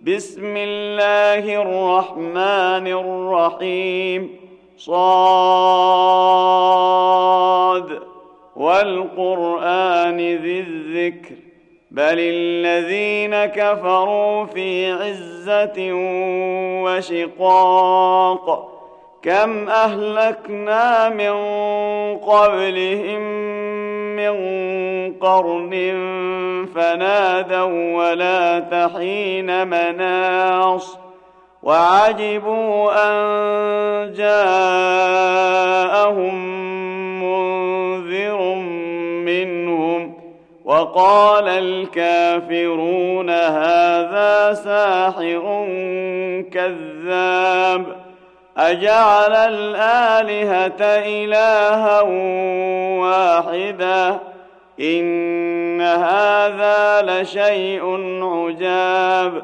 بسم الله الرحمن الرحيم صاد والقرآن ذي الذكر بل الذين كفروا في عزة وشقاق كم أهلكنا من قبلهم من قرن فنادوا ولا تحين مناص وعجبوا أن جاءهم منذر منهم وقال الكافرون هذا ساحر كذاب أجعل الآلهة إلها واحدا إن هذا لشيء عجاب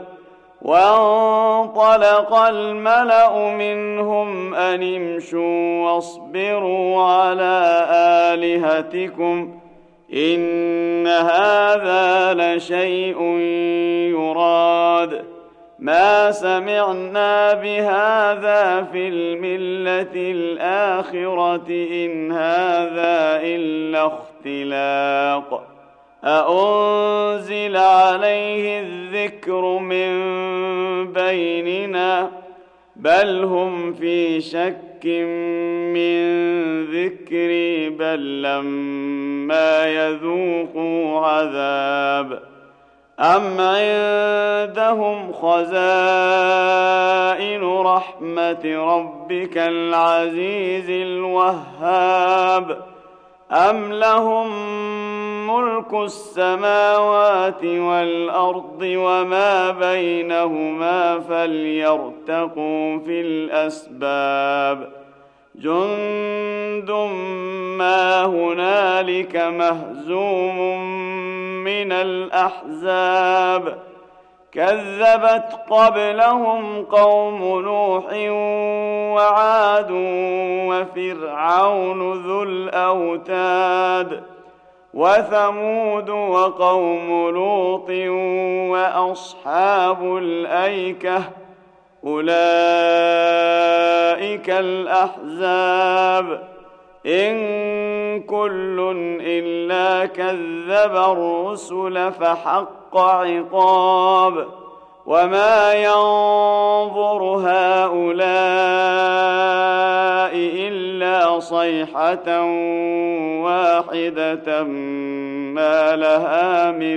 وانطلق الملأ منهم أن امشوا واصبروا على آلهتكم إن هذا لشيء يراد ما سمعنا بهذا في الملة الآخرة إن هذا إلا اختلاق أأنزل عليه الذكر من بيننا بل هم في شك من ذكري بل لما يذوقوا عذاب أم عندهم خزائن رحمة ربك العزيز الوهاب أم لهم ملك السماوات والأرض وما بينهما فليرتقوا في الأسباب جند ما هنالك مهزوم من الأحزاب كذبت قبلهم قوم نوح وعاد وفرعون ذو الأوتاد وثمود وقوم لوط وأصحاب الأيكة أولئك الأحزاب إن كل إلا كذب الرسل فحق عقاب وما ينظر هؤلاء إلا صيحة واحدة ما لها من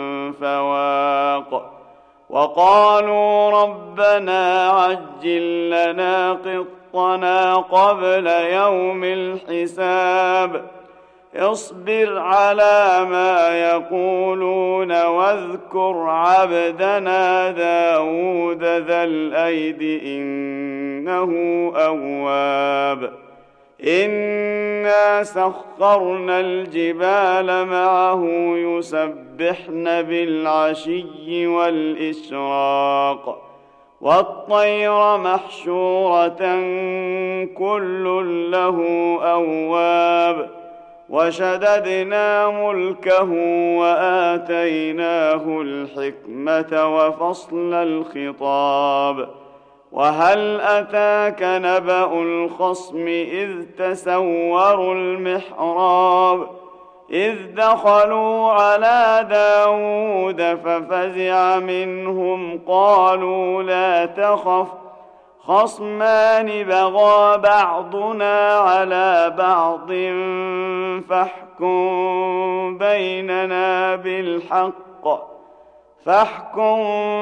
فواق وقالوا ربنا عجل لنا قطنا قبل يوم الحساب اصبر على ما يقولون واذكر عبدنا داود ذا الأيد إنه أواب إنا سخرنا الجبال معه يسبحن بالعشي والإشراق والطير محشورة كل له أواب وشددنا ملكه وآتيناه الحكمة وفصل الخطاب وهل أتاك نبأ الخصم إذ تسوروا المحراب إذ دخلوا على داود ففزع منهم قالوا لا تخف خصمان بغى بعضنا على بعض فاحكم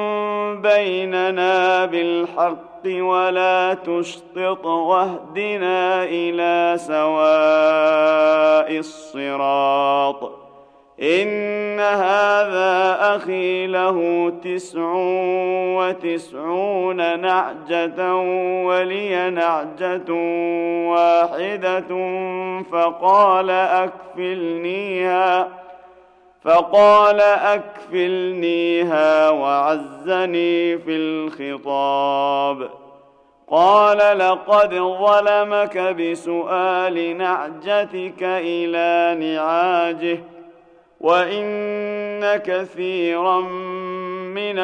بيننا بالحق ولا تشطط واهدنا إلى سواء الصراط إن هذا أخي له 99 نعجة ولي نعجة واحدة فقال أكفلنيها وعزني في الخطاب قال لقد ظلمك بسؤال نعجتك إلى نعاجه وإن كثيرا من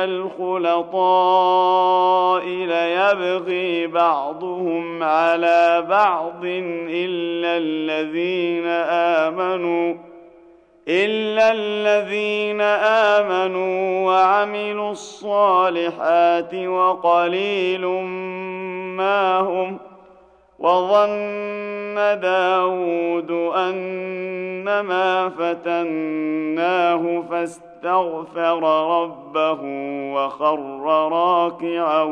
الخلطاء ليبغي بعضهم على بعض إلا الذين آمنوا وعملوا الصالحات وقليل ما هم. وظن داود أنما فتناه فاستغفر ربه وخر راكعا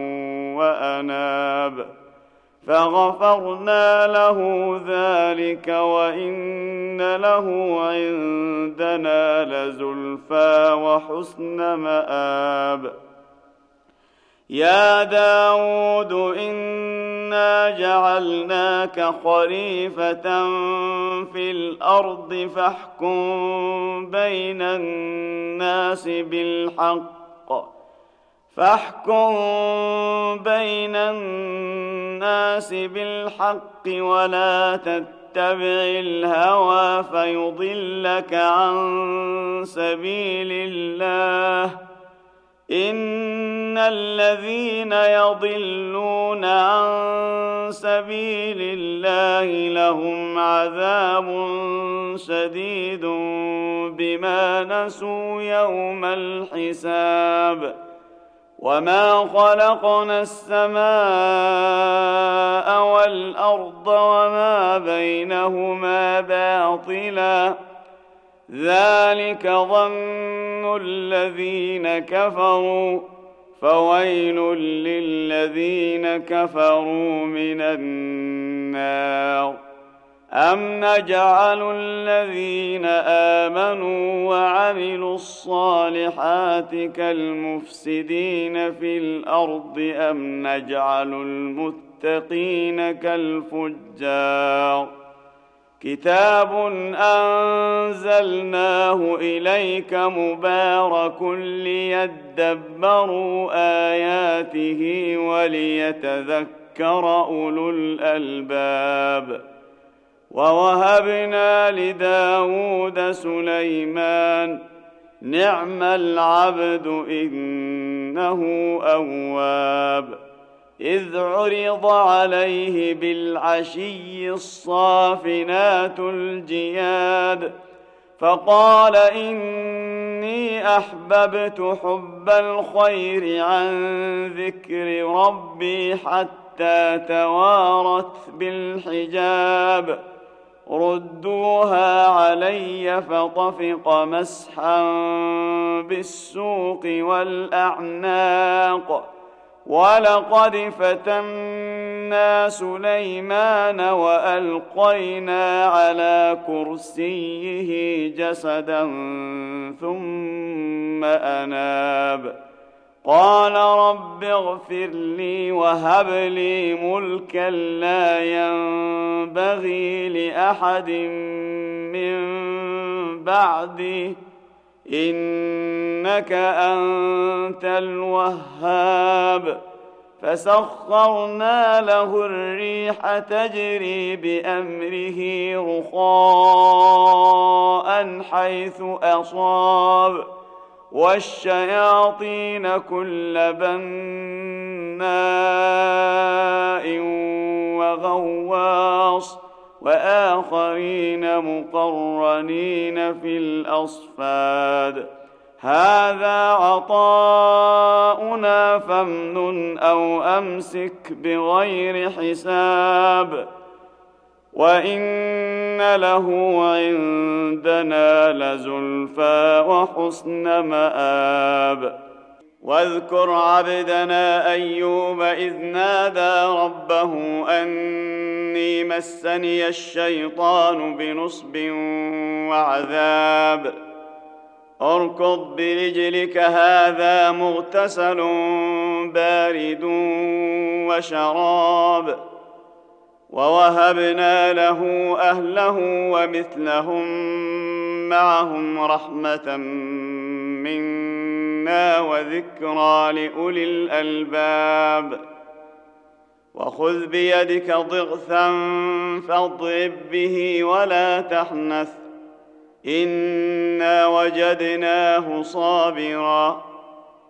وأناب فغفرنا له ذلك وإن له عندنا لزلفى وحسن مآب. يا داود إنا جعلناك خليفة في الأرض فاحكم بين الناس بالحق ولا تتبع الهوى فيضلك عن سبيل الله. إن الذين يضلون عن سبيل الله لهم عذاب شديد بما نسوا يوم الحساب. وما خلقنا السماء والأرض وما بينهما باطلا ذلك ظن الذين كفروا فويل للذين كفروا من النار. أم نجعل الذين آمنوا وعملوا الصالحات كالمفسدين في الأرض أم نجعل المتقين كالفجار. كتاب أنزلناه إليك مبارك ليدبروا آياته وليتذكر أولو الألباب. ووهبنا لداود سليمان نعم العبد إنه أواب. إذ عرض عليه بالعشي الصافنات الجياد فقال إني أحببت حب الخير عن ذكر ربي حتى توارت بالحجاب. ردوها علي فطفق مسحا بالسوق والأعناق. ولقد فتنا سليمان وألقينا على كرسيه جسدا ثم أناب. قال رب اغفر لي وهب لي ملكا لا ينبغي لأحد من بعدي إنك أنت الوهاب. فسخرنا له الريح تجري بأمره رخاء حيث أصاب والشياطين كل بناء وغواص وآخرين مقرنين في الأصفاد. هذا عطاؤنا فامنن أو أمسك بغير حساب وإن له عندنا لزلفى وحسن مآب. واذكر عبدنا أيوب إذ نادى ربه أني مسني الشيطان بنصب وعذاب. اركض برجلك هذا مغتسل بارد وشراب. ووهبنا له أهله ومثلهم معهم رحمة منا وذكرى لأولي الألباب. وخذ بيدك ضغثا فاضرب به ولا تحنث إنا وجدناه صابرا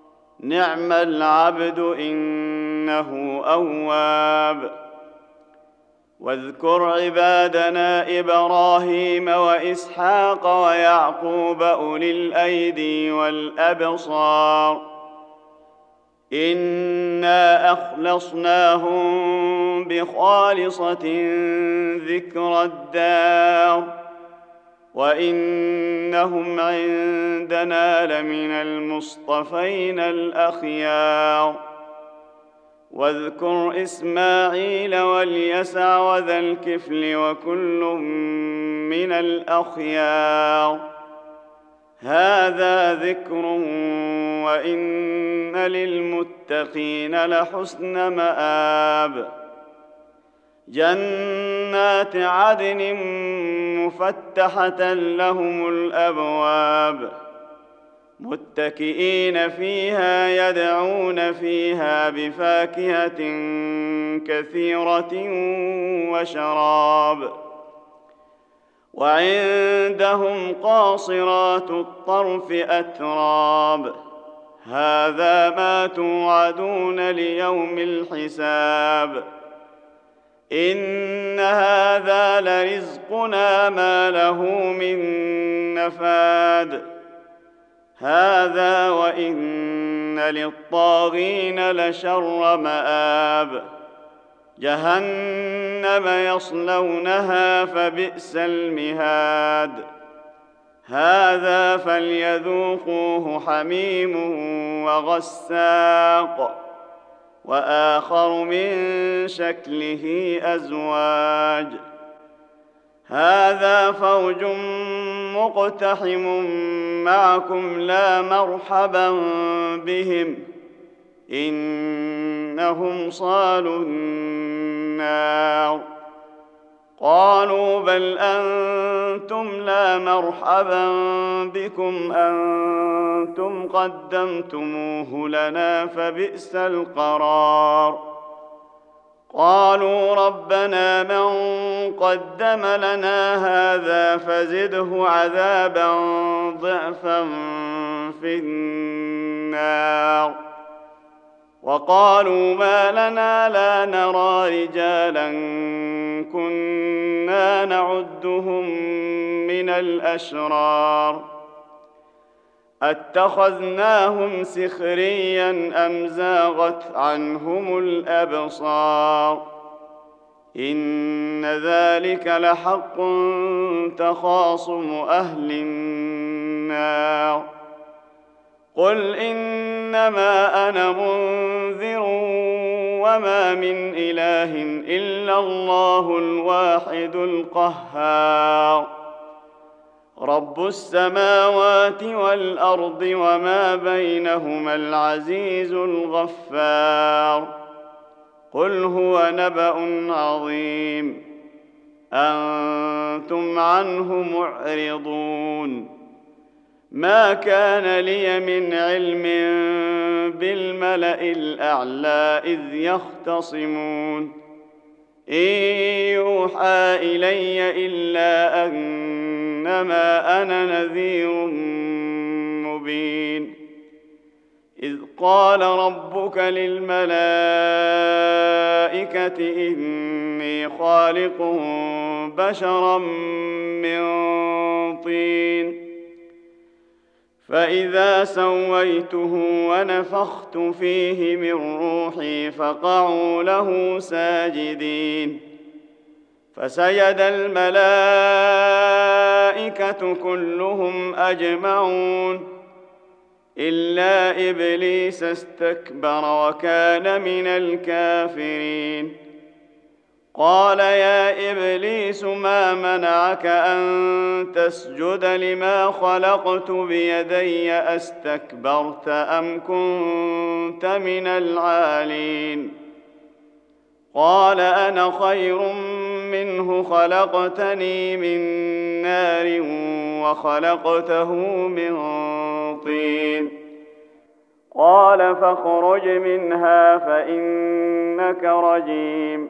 نعم العبد إنه أواب. واذكر عبادنا إبراهيم وإسحاق ويعقوب أولي الأيدي والأبصار إنا أخلصناهم بخالصة ذكر الدار وإنهم عندنا لمن المصطفين الأخيار. واذكر إسماعيل واليسع وذا الكفل وكل من الأخيار. هذا ذكر وإن للمتقين لحسن مآب. جنات عدن مفتحة لهم الأبواب متكئين فيها يدعون فيها بفاكهة كثيرة وشراب. وعندهم قاصرات الطرف أتراب. هذا ما توعدون ليوم الحساب. إن هذا لرزقنا ما له من نفاد. هذا وإن للطاغين لشر مآب. جهنم يصلونها فبئس المهاد. هذا فليذوقوه حميم وغساق وآخر من شكله أزواج. هذا فوج مقتحم معكم لا مرحبا بهم إنهم صالوا النار. قالوا بل أنتم لا مرحبا بكم أنتم قدمتموه لنا فبئس القرار. قالوا ربنا من قدم لنا هذا فزده عذابا ضعفا في النار. وقالوا ما لنا لا نرى رجالا كنا نعدهم من الأشرار أتخذناهم سخريا أم زاغت عنهم الأبصار. إن ذلك لحق تخاصم أهل النار. قل إنما أنا منذر وما من إله إلا الله الواحد القهار. رب السماوات والأرض وما بينهما العزيز الغفار. قل هو نبأ عظيم أنتم عنه معرضون. ما كان لي من علم بالملأ الأعلى إذ يختصمون. إن يوحى إلي إلا أنما أنا نذير مبين. إذ قال ربك للملائكة إني خالق بشرا من طين فإذا سويته ونفخت فيه من روحي فقعوا له ساجدين. فسجد الملائكة كلهم أجمعون إلا إبليس استكبر وكان من الكافرين. قال يا إبليس ما منعك أن تسجد لما خلقت بيدي أستكبرت أم كنت من العالين؟ قال أنا خير منه خلقتني من نار وخلقته من طين. قال فاخرج منها فإنك رجيم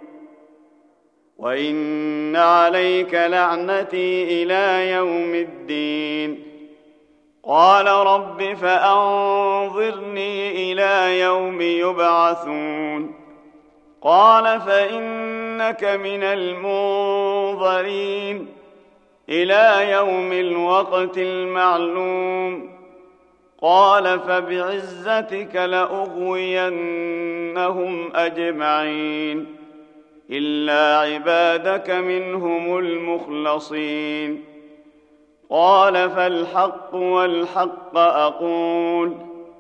وإن عليك لعنتي إلى يوم الدين. قال رب فأنظرني إلى يوم يبعثون قال فإنك من المنظرين إلى يوم الوقت المعلوم قال فبعزتك لأغوينهم أجمعين إلا عبادك منهم المخلصين قال فالحق والحق أقول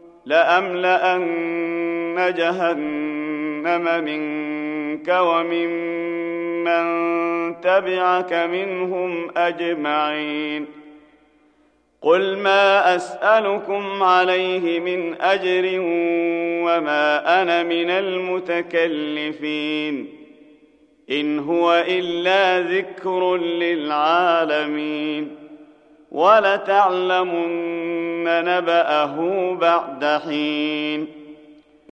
لأملأن جهنم منك وممن تبعك منهم أجمعين قل ما أسألكم عليه من أجر وما أنا من المتكلفين إن هو إلا ذكر للعالمين ولتعلمن نبأه بعد حين